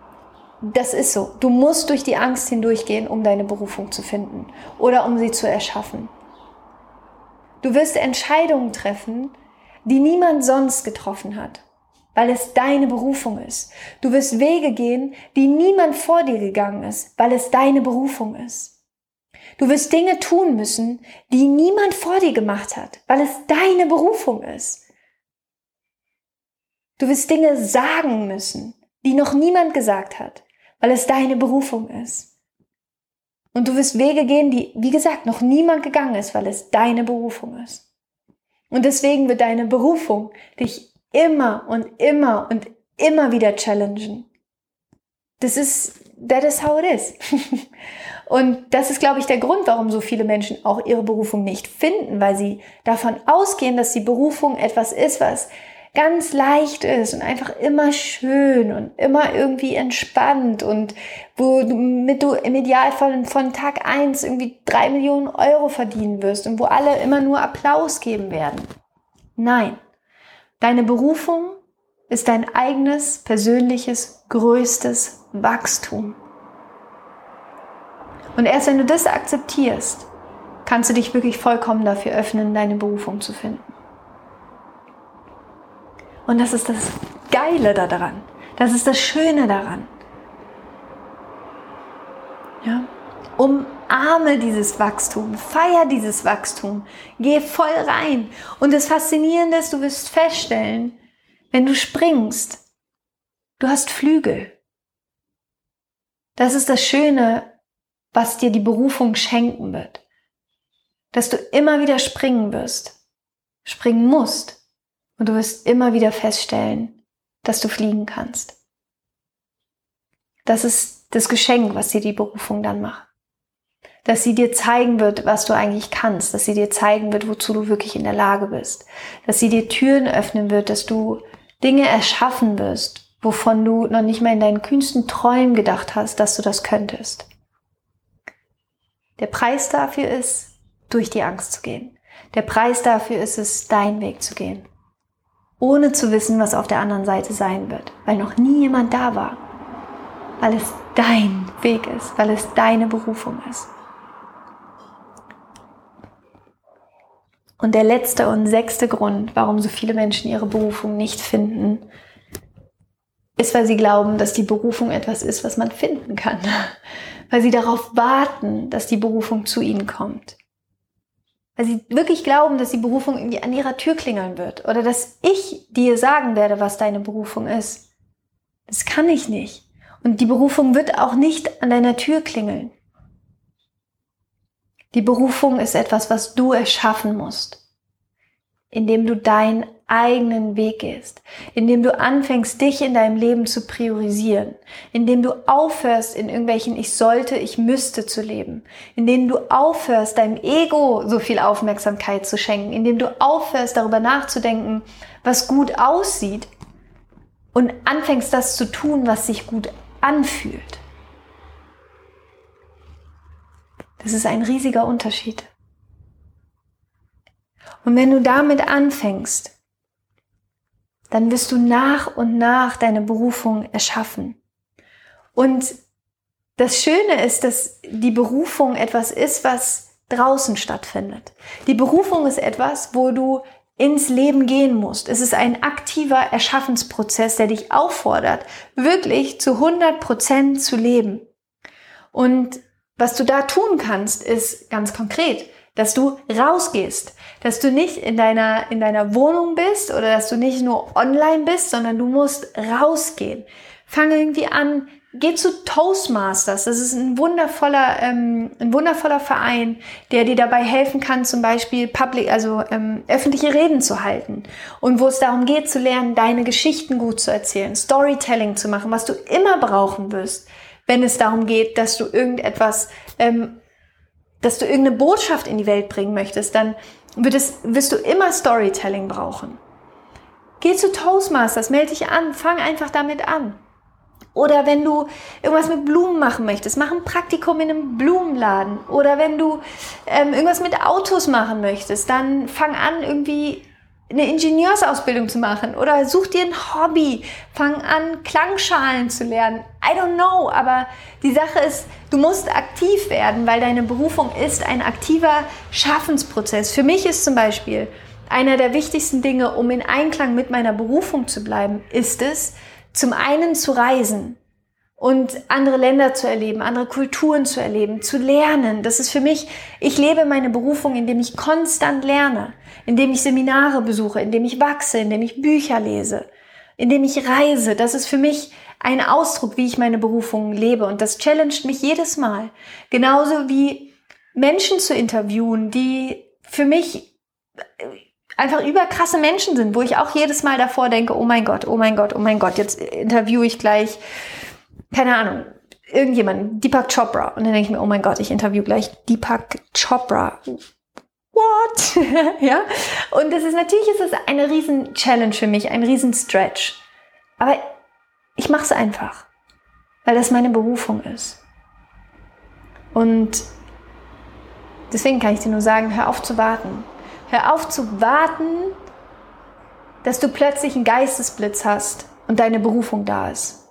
das ist so. Du musst durch die Angst hindurchgehen, um deine Berufung zu finden oder um sie zu erschaffen. Du wirst Entscheidungen treffen, die niemand sonst getroffen hat, weil es deine Berufung ist. Du wirst Wege gehen, die niemand vor dir gegangen ist, weil es deine Berufung ist. Du wirst Dinge tun müssen, die niemand vor dir gemacht hat, weil es deine Berufung ist. Du wirst Dinge sagen müssen, die noch niemand gesagt hat, weil es deine Berufung ist. Und du wirst Wege gehen, die, wie gesagt, noch niemand gegangen ist, weil es deine Berufung ist. Und deswegen wird deine Berufung dich immer und immer und immer wieder challengen. That is how it is. Und das ist, glaube ich, der Grund, warum so viele Menschen auch ihre Berufung nicht finden, weil sie davon ausgehen, dass die Berufung etwas ist, was ganz leicht ist und einfach immer schön und immer irgendwie entspannt und womit du im Idealfall von Tag 1 irgendwie 3 Millionen Euro verdienen wirst und wo alle immer nur Applaus geben werden. Nein, deine Berufung ist dein eigenes, persönliches, größtes Wachstum. Und erst wenn du das akzeptierst, kannst du dich wirklich vollkommen dafür öffnen, deine Berufung zu finden. Und das ist das Geile daran. Das ist das Schöne daran. Ja? Umarme dieses Wachstum, feier dieses Wachstum, geh voll rein. Und das Faszinierende ist, du wirst feststellen, wenn du springst, du hast Flügel. Das ist das Schöne, was dir die Berufung schenken wird. Dass du immer wieder springen wirst, springen musst. Und du wirst immer wieder feststellen, dass du fliegen kannst. Das ist das Geschenk, was dir die Berufung dann macht. Dass sie dir zeigen wird, was du eigentlich kannst. Dass sie dir zeigen wird, wozu du wirklich in der Lage bist. Dass sie dir Türen öffnen wird, dass du Dinge erschaffen wirst, wovon du noch nicht mal in deinen kühnsten Träumen gedacht hast, dass du das könntest. Der Preis dafür ist, durch die Angst zu gehen. Der Preis dafür ist es, deinen Weg zu gehen. Ohne zu wissen, was auf der anderen Seite sein wird, weil noch nie jemand da war, weil es dein Weg ist, weil es deine Berufung ist. Und der letzte und 6. Grund, warum so viele Menschen ihre Berufung nicht finden, ist, weil sie glauben, dass die Berufung etwas ist, was man finden kann, weil sie darauf warten, dass die Berufung zu ihnen kommt. Weil sie wirklich glauben, dass die Berufung irgendwie an ihrer Tür klingeln wird. Oder dass ich dir sagen werde, was deine Berufung ist. Das kann ich nicht. Und die Berufung wird auch nicht an deiner Tür klingeln. Die Berufung ist etwas, was du erschaffen musst. Indem du deinen eigenen Weg gehst. Indem du anfängst, dich in deinem Leben zu priorisieren. Indem du aufhörst, in irgendwelchen Ich sollte, ich müsste zu leben. Indem du aufhörst, deinem Ego so viel Aufmerksamkeit zu schenken. Indem du aufhörst, darüber nachzudenken, was gut aussieht. Und anfängst, das zu tun, was sich gut anfühlt. Das ist ein riesiger Unterschied. Und wenn du damit anfängst, dann wirst du nach und nach deine Berufung erschaffen. Und das Schöne ist, dass die Berufung etwas ist, was draußen stattfindet. Die Berufung ist etwas, wo du ins Leben gehen musst. Es ist ein aktiver Erschaffensprozess, der dich auffordert, wirklich zu 100% zu leben. Und was du da tun kannst, ist ganz konkret, dass du rausgehst, dass du nicht in deiner Wohnung bist oder dass du nicht nur online bist, sondern du musst rausgehen. Fang irgendwie an, geh zu Toastmasters. Das ist ein wundervoller Verein, der dir dabei helfen kann, zum Beispiel öffentliche Reden zu halten und wo es darum geht, zu lernen, deine Geschichten gut zu erzählen, Storytelling zu machen, was du immer brauchen wirst, wenn es darum geht, dass du irgendeine Botschaft in die Welt bringen möchtest, dann wirst du immer Storytelling brauchen. Geh zu Toastmasters, melde dich an, fang einfach damit an. Oder wenn du irgendwas mit Blumen machen möchtest, mach ein Praktikum in einem Blumenladen. Oder wenn du irgendwas mit Autos machen möchtest, dann fang an, irgendwie eine Ingenieursausbildung zu machen oder such dir ein Hobby, fang an, Klangschalen zu lernen. I don't know, aber die Sache ist, du musst aktiv werden, weil deine Berufung ist ein aktiver Schaffensprozess. Für mich ist zum Beispiel einer der wichtigsten Dinge, um in Einklang mit meiner Berufung zu bleiben, ist es, zum einen zu reisen und andere Länder zu erleben, andere Kulturen zu erleben, zu lernen. Das ist für mich, ich lebe meine Berufung, indem ich konstant lerne, indem ich Seminare besuche, indem ich wachse, indem ich Bücher lese, indem ich reise. Das ist für mich ein Ausdruck, wie ich meine Berufung lebe. Und das challenged mich jedes Mal. Genauso wie Menschen zu interviewen, die für mich einfach überkrasse Menschen sind, wo ich auch jedes Mal davor denke, oh mein Gott, jetzt interviewe ich gleich, keine Ahnung, irgendjemanden, Deepak Chopra. Und dann denke ich mir, oh mein Gott, ich interviewe gleich Deepak Chopra. What? Ja? Und natürlich ist es eine riesen Challenge für mich, ein riesen Stretch. Aber ich mache es einfach, weil das meine Berufung ist. Und deswegen kann ich dir nur sagen, hör auf zu warten. Hör auf zu warten, dass du plötzlich einen Geistesblitz hast und deine Berufung da ist.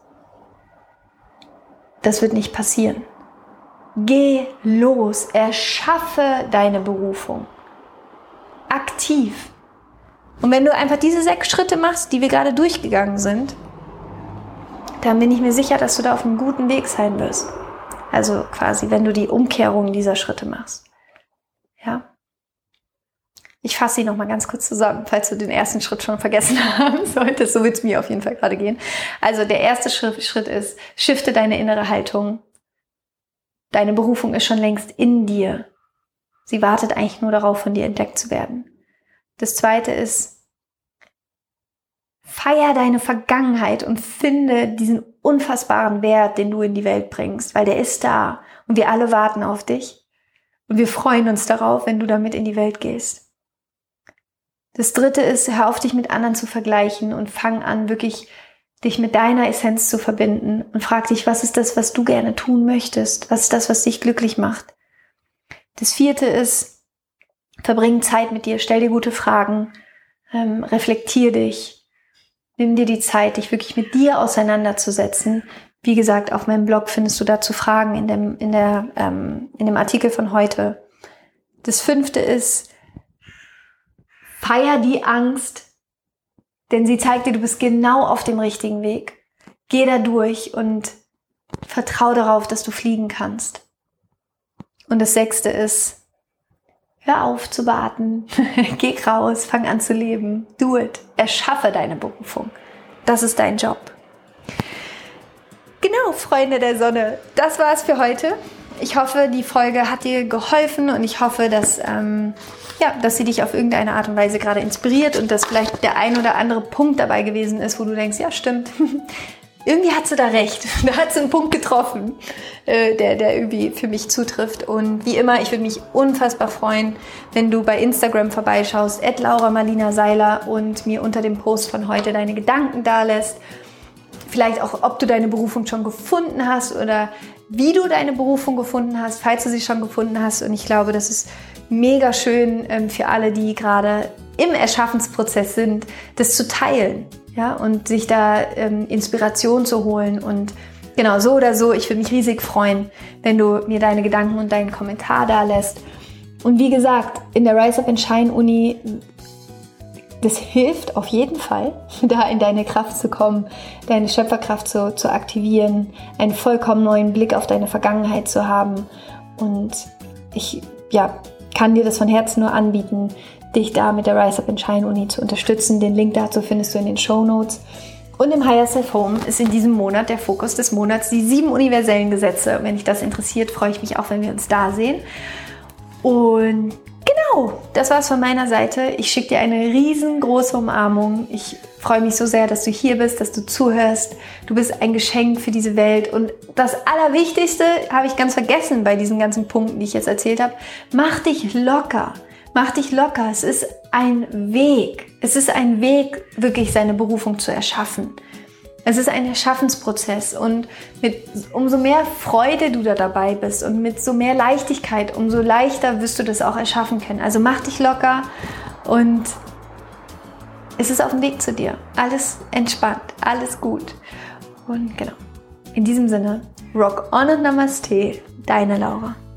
Das wird nicht passieren. Geh los, erschaffe deine Berufung. Aktiv. Und wenn du einfach diese 6 Schritte machst, die wir gerade durchgegangen sind, dann bin ich mir sicher, dass du da auf einem guten Weg sein wirst. Also quasi, wenn du die Umkehrung dieser Schritte machst. Ja. Ich fasse sie nochmal ganz kurz zusammen, falls du den ersten Schritt schon vergessen haben solltest. So wird es mir auf jeden Fall gerade gehen. Also der erste Schritt ist, shifte deine innere Haltung. Deine Berufung ist schon längst in dir. Sie wartet eigentlich nur darauf, von dir entdeckt zu werden. Das zweite ist, feier deine Vergangenheit und finde diesen unfassbaren Wert, den du in die Welt bringst, weil der ist da und wir alle warten auf dich. Und wir freuen uns darauf, wenn du damit in die Welt gehst. Das dritte ist, hör auf, dich mit anderen zu vergleichen und fang an, wirklich dich mit deiner Essenz zu verbinden und frag dich, was ist das, was du gerne tun möchtest? Was ist das, was dich glücklich macht? Das vierte ist, verbring Zeit mit dir, stell dir gute Fragen, reflektier dich, nimm dir die Zeit, dich wirklich mit dir auseinanderzusetzen. Wie gesagt, auf meinem Blog findest du dazu Fragen in dem Artikel von heute. Das fünfte ist, feier die Angst, denn sie zeigt dir, du bist genau auf dem richtigen Weg. Geh da durch und vertrau darauf, dass du fliegen kannst. Und das sechste ist, hör auf zu warten, geh raus, fang an zu leben, do it, erschaffe deine Berufung. Das ist dein Job. Genau, Freunde der Sonne, das war's für heute. Ich hoffe, die Folge hat dir geholfen und ich hoffe, dass sie dich auf irgendeine Art und Weise gerade inspiriert und dass vielleicht der ein oder andere Punkt dabei gewesen ist, wo du denkst, ja stimmt, irgendwie hat sie da recht. Da hat sie einen Punkt getroffen, der irgendwie für mich zutrifft. Und wie immer, ich würde mich unfassbar freuen, wenn du bei Instagram vorbeischaust, @LauraMarlina-Seiler und mir unter dem Post von heute deine Gedanken dalässt. Vielleicht auch, ob du deine Berufung schon gefunden hast oder wie du deine Berufung gefunden hast, falls du sie schon gefunden hast. Und ich glaube, das ist mega schön für alle, die gerade im Erschaffensprozess sind, das zu teilen, ja, und sich da Inspiration zu holen. Und genau, so oder so, ich würde mich riesig freuen, wenn du mir deine Gedanken und deinen Kommentar da lässt. Und wie gesagt, in der Rise Up and Shine Uni, das hilft auf jeden Fall, da in deine Kraft zu kommen, deine Schöpferkraft zu aktivieren, einen vollkommen neuen Blick auf deine Vergangenheit zu haben. Und ich kann dir das von Herzen nur anbieten, dich da mit der Rise Up and Shine Uni zu unterstützen. Den Link dazu findest du in den Shownotes. Und im Higher Self Home ist in diesem Monat der Fokus des Monats die 7 universellen Gesetze. Und wenn dich das interessiert, freue ich mich auch, wenn wir uns da sehen. Und genau, das war's von meiner Seite. Ich schicke dir eine riesengroße Umarmung. Ich freue mich so sehr, dass du hier bist, dass du zuhörst. Du bist ein Geschenk für diese Welt. Und das Allerwichtigste habe ich ganz vergessen bei diesen ganzen Punkten, die ich jetzt erzählt habe. Mach dich locker. Mach dich locker. Es ist ein Weg. Es ist ein Weg, wirklich seine Berufung zu erschaffen. Es ist ein Erschaffensprozess und umso mehr Freude du da dabei bist und mit so mehr Leichtigkeit, umso leichter wirst du das auch erschaffen können. Also mach dich locker und es ist auf dem Weg zu dir. Alles entspannt, alles gut. Und genau, in diesem Sinne, rock on und Namaste, deine Laura.